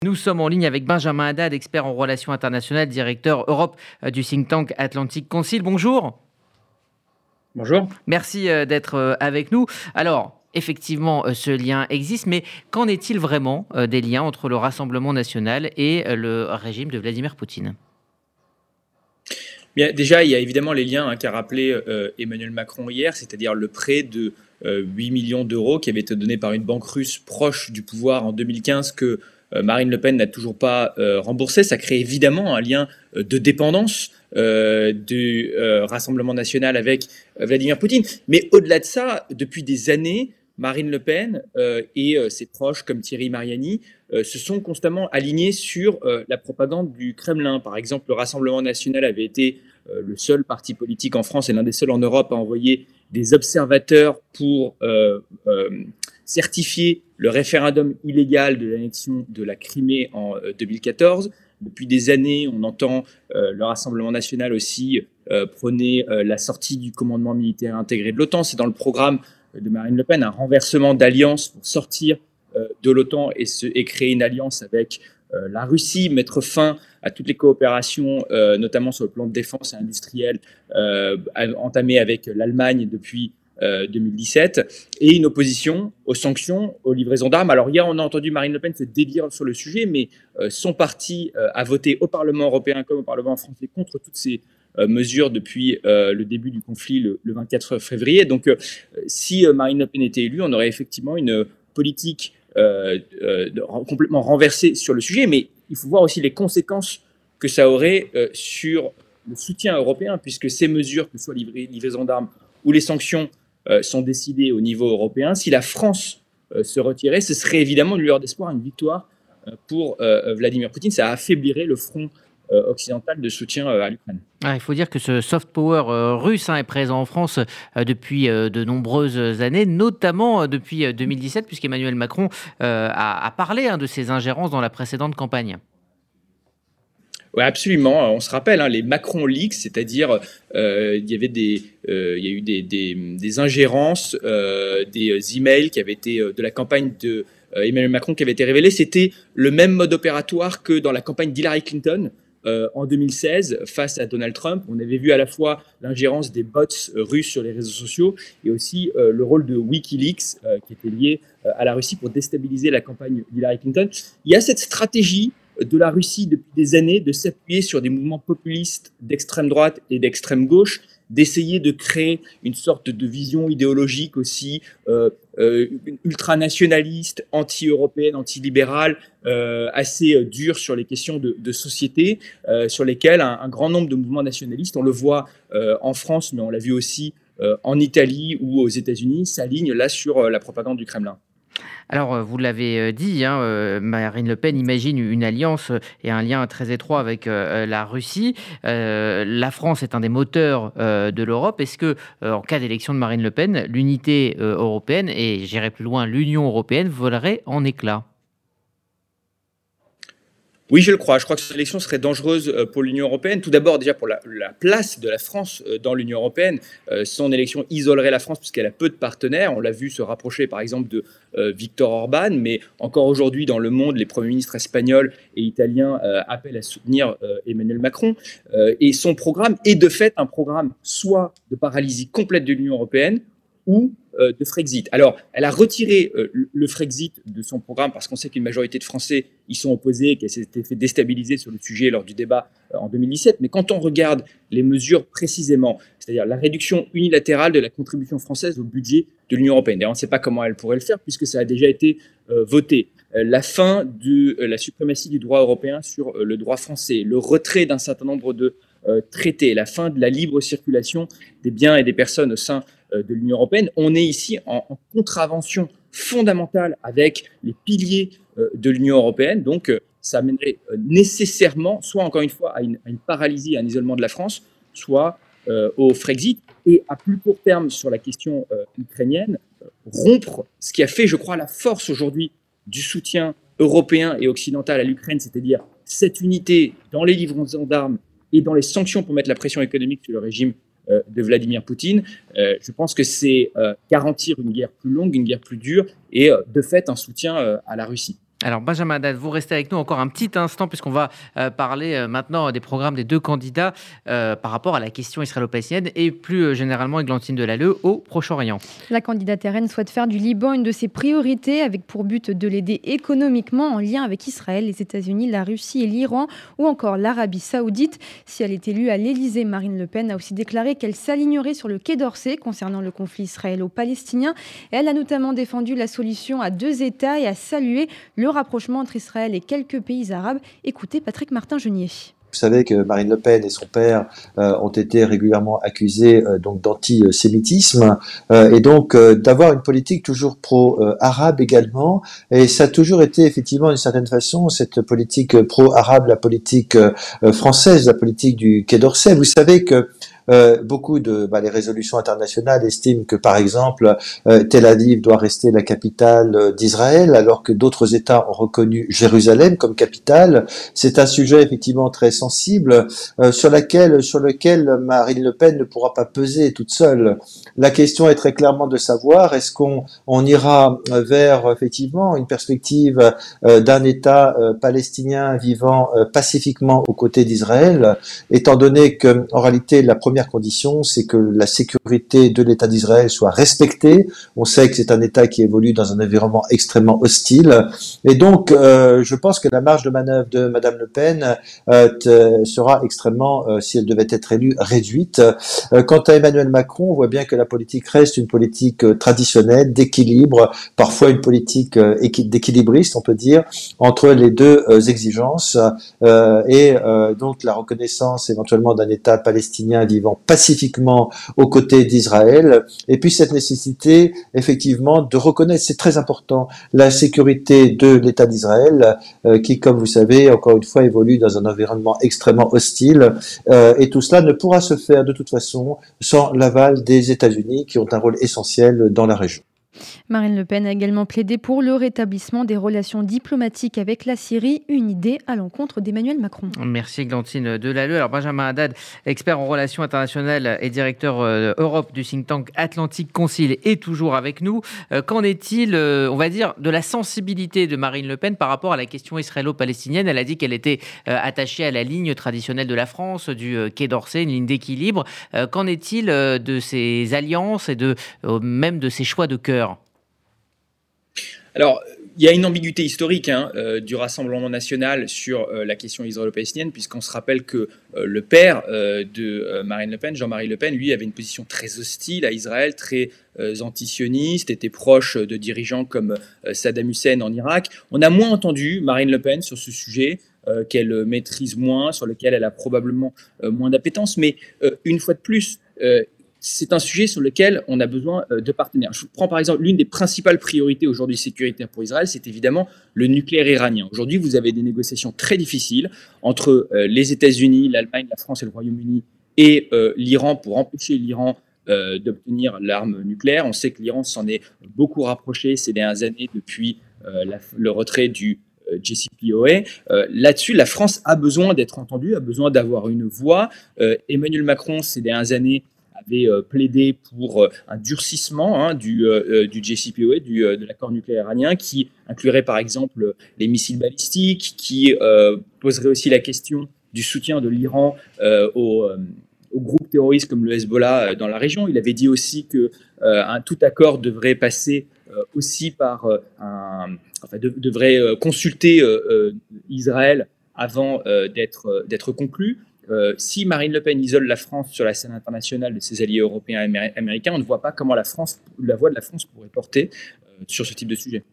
Nous sommes en ligne avec Benjamin Haddad, expert en relations internationales, directeur Europe du think tank Atlantic Council. Bonjour. Bonjour. Merci d'être avec nous. Alors, effectivement, ce lien existe, mais qu'en est-il vraiment des liens entre le Rassemblement national et le régime de Vladimir Poutine ? Bien, déjà, il y a évidemment les liens qu'a rappelé Emmanuel Macron hier, c'est-à-dire le prêt de 8 millions d'euros qui avait été donné par une banque russe proche du pouvoir en 2015 que Marine Le Pen n'a toujours pas remboursé. Ça crée évidemment un lien de dépendance du Rassemblement national avec Vladimir Poutine. Mais au-delà de ça, depuis des années, Marine Le Pen et ses proches comme Thierry Mariani se sont constamment alignés sur la propagande du Kremlin. Par exemple, le Rassemblement national avait été le seul parti politique en France et l'un des seuls en Europe à envoyer des observateurs pour certifier le référendum illégal de l'annexion de la Crimée en 2014. Depuis des années, on entend le Rassemblement national aussi prôner la sortie du commandement militaire intégré de l'OTAN. C'est dans le programme de Marine Le Pen, un renversement d'alliance pour sortir de l'OTAN et créer une alliance avec la Russie, mettre fin à toutes les coopérations, notamment sur le plan de défense et industriel, entamées avec l'Allemagne depuis 2017, et une opposition aux sanctions, aux livraisons d'armes. Alors hier, on a entendu Marine Le Pen se dédire sur le sujet, mais son parti a voté au Parlement européen comme au Parlement français contre toutes ces mesures depuis le début du conflit le 24 février. Donc si Marine Le Pen était élue, on aurait effectivement une politique complètement renversée sur le sujet, mais il faut voir aussi les conséquences que ça aurait sur le soutien européen, puisque ces mesures, que ce soit livraison d'armes ou les sanctions, sont décidées au niveau européen. Si la France se retirait, ce serait évidemment une lueur d'espoir, une victoire pour Vladimir Poutine. Ça affaiblirait le front occidental de soutien à l'Ukraine. Il faut dire que ce soft power russe est présent en France depuis de nombreuses années, notamment depuis 2017, puisqu'Emmanuel Macron a parlé de ses ingérences dans la précédente campagne. Oui, absolument. On se rappelle les Macron Leaks, c'est-à-dire il y a eu des ingérences, des emails qui avaient été de la campagne de Emmanuel Macron qui avaient été révélés. C'était le même mode opératoire que dans la campagne d'Hillary Clinton en 2016 face à Donald Trump. On avait vu à la fois l'ingérence des bots russes sur les réseaux sociaux et aussi le rôle de Wikileaks qui était lié à la Russie pour déstabiliser la campagne d'Hillary Clinton. Il y a cette stratégie de la Russie depuis des années de s'appuyer sur des mouvements populistes d'extrême droite et d'extrême gauche, d'essayer de créer une sorte de vision idéologique aussi ultranationaliste, anti-européenne, anti-libérale, assez dure sur les questions de société, sur lesquelles un grand nombre de mouvements nationalistes, on le voit en France, mais on l'a vu aussi en Italie ou aux États-Unis, s'alignent là sur la propagande du Kremlin. Alors, vous l'avez dit, Marine Le Pen imagine une alliance et un lien très étroit avec la Russie. La France est un des moteurs de l'Europe. Est-ce que, en cas d'élection de Marine Le Pen, l'unité européenne et, j'irai plus loin, l'Union européenne volerait en éclats ? Oui, je le crois. Je crois que cette élection serait dangereuse pour l'Union européenne. Tout d'abord, déjà pour la place de la France dans l'Union européenne. Son élection isolerait la France puisqu'elle a peu de partenaires. On l'a vu se rapprocher, par exemple, de Viktor Orban. Mais encore aujourd'hui, dans le monde, les premiers ministres espagnols et italiens appellent à soutenir Emmanuel Macron. Et son programme est de fait un programme soit de paralysie complète de l'Union européenne ou de Frexit. Alors, elle a retiré le Frexit de son programme parce qu'on sait qu'une majorité de Français y sont opposés, qu'elle s'était fait déstabiliser sur le sujet lors du débat en 2017. Mais quand on regarde les mesures précisément, c'est-à-dire la réduction unilatérale de la contribution française au budget de l'Union européenne, d'ailleurs on ne sait pas comment elle pourrait le faire puisque ça a déjà été voté, la fin de la suprématie du droit européen sur le droit français, le retrait d'un certain nombre de traités, la fin de la libre circulation des biens et des personnes au sein de l'Union européenne. On est ici en contravention fondamentale avec les piliers de l'Union européenne. Donc, ça amènerait nécessairement, soit encore une fois, à une paralysie, à un isolement de la France, soit au Frexit. Et à plus court terme, sur la question ukrainienne, rompre ce qui a fait, je crois, la force aujourd'hui du soutien européen et occidental à l'Ukraine, c'est-à-dire cette unité dans les livraisons d'armes et dans les sanctions pour mettre la pression économique sur le régime de Vladimir Poutine. Je pense que c'est garantir une guerre plus longue, une guerre plus dure et de fait un soutien à la Russie. Alors Benjamin Haddad, vous restez avec nous encore un petit instant puisqu'on va parler maintenant des programmes des deux candidats par rapport à la question israélo-palestinienne et plus généralement Églantine Delalleux au Proche-Orient. La candidate RN souhaite faire du Liban une de ses priorités avec pour but de l'aider économiquement en lien avec Israël, les États-Unis, la Russie et l'Iran ou encore l'Arabie Saoudite. Si elle est élue à l'Élysée, Marine Le Pen a aussi déclaré qu'elle s'alignerait sur le Quai d'Orsay concernant le conflit israélo-palestinien. Elle a notamment défendu la solution à deux États et a salué le rapprochement entre Israël et quelques pays arabes. Écoutez Patrick Martin-Genier. Vous savez que Marine Le Pen et son père ont été régulièrement accusés donc d'antisémitisme et donc d'avoir une politique toujours pro-arabe également. Et ça a toujours été effectivement d'une certaine façon cette politique pro-arabe, la politique française, la politique du Quai d'Orsay. Vous savez que beaucoup de les résolutions internationales estiment que, par exemple, Tel Aviv doit rester la capitale d'Israël, alors que d'autres États ont reconnu Jérusalem comme capitale. C'est un sujet effectivement très sensible sur lequel Marine Le Pen ne pourra pas peser toute seule. La question est très clairement de savoir est-ce qu'on ira vers effectivement une perspective d'un État palestinien vivant pacifiquement aux côtés d'Israël, étant donné que en réalité la première condition, c'est que la sécurité de l'État d'Israël soit respectée. On sait que c'est un État qui évolue dans un environnement extrêmement hostile. Et donc, je pense que la marge de manœuvre de Madame Le Pen sera extrêmement, si elle devait être élue, réduite. Quant à Emmanuel Macron, on voit bien que la politique reste une politique traditionnelle, d'équilibre, parfois une politique d'équilibriste, on peut dire, entre les deux exigences. Donc, la reconnaissance éventuellement d'un État palestinien vivant pacifiquement aux côtés d'Israël, et puis cette nécessité effectivement de reconnaître, c'est très important, la sécurité de l'État d'Israël, qui, comme vous savez, encore une fois, évolue dans un environnement extrêmement hostile, et tout cela ne pourra se faire de toute façon sans l'aval des États-Unis, qui ont un rôle essentiel dans la région. Marine Le Pen a également plaidé pour le rétablissement des relations diplomatiques avec la Syrie, une idée à l'encontre d'Emmanuel Macron. Merci Églantine Delalleux. Alors Benjamin Haddad, expert en relations internationales et directeur Europe du think tank Atlantique Concile, est toujours avec nous. Qu'en est-il, on va dire, de la sensibilité de Marine Le Pen par rapport à la question israélo-palestinienne? Elle a dit qu'elle était attachée à la ligne traditionnelle de la France, du Quai d'Orsay, une ligne d'équilibre. Qu'en est-il de ces alliances et même de ces choix de cœur? Alors, il y a une ambiguïté historique du Rassemblement national sur la question israélo-palestinienne, puisqu'on se rappelle que le père de Marine Le Pen, Jean-Marie Le Pen, lui, avait une position très hostile à Israël, très antisioniste, était proche de dirigeants comme Saddam Hussein en Irak. On a moins entendu Marine Le Pen sur ce sujet, qu'elle maîtrise moins, sur lequel elle a probablement moins d'appétence, mais une fois de plus, c'est un sujet sur lequel on a besoin de partenaires. Je prends par exemple l'une des principales priorités aujourd'hui sécuritaires pour Israël, c'est évidemment le nucléaire iranien. Aujourd'hui, vous avez des négociations très difficiles entre les États-Unis, l'Allemagne, la France et le Royaume-Uni et l'Iran pour empêcher l'Iran d'obtenir l'arme nucléaire. On sait que l'Iran s'en est beaucoup rapproché ces dernières années depuis le retrait du JCPOA. Là-dessus, la France a besoin d'être entendue, a besoin d'avoir une voix. Emmanuel Macron, ces dernières années, avait plaidé pour un durcissement du JCPOA, de l'accord nucléaire iranien, qui inclurait par exemple les missiles balistiques, qui poserait aussi la question du soutien de l'Iran aux groupes terroristes comme le Hezbollah dans la région. Il avait dit aussi que tout accord devrait passer aussi par devrait consulter Israël avant d'être conclu. Si Marine Le Pen isole la France sur la scène internationale de ses alliés européens et américains, on ne voit pas comment la voix de la France pourrait porter sur ce type de sujet.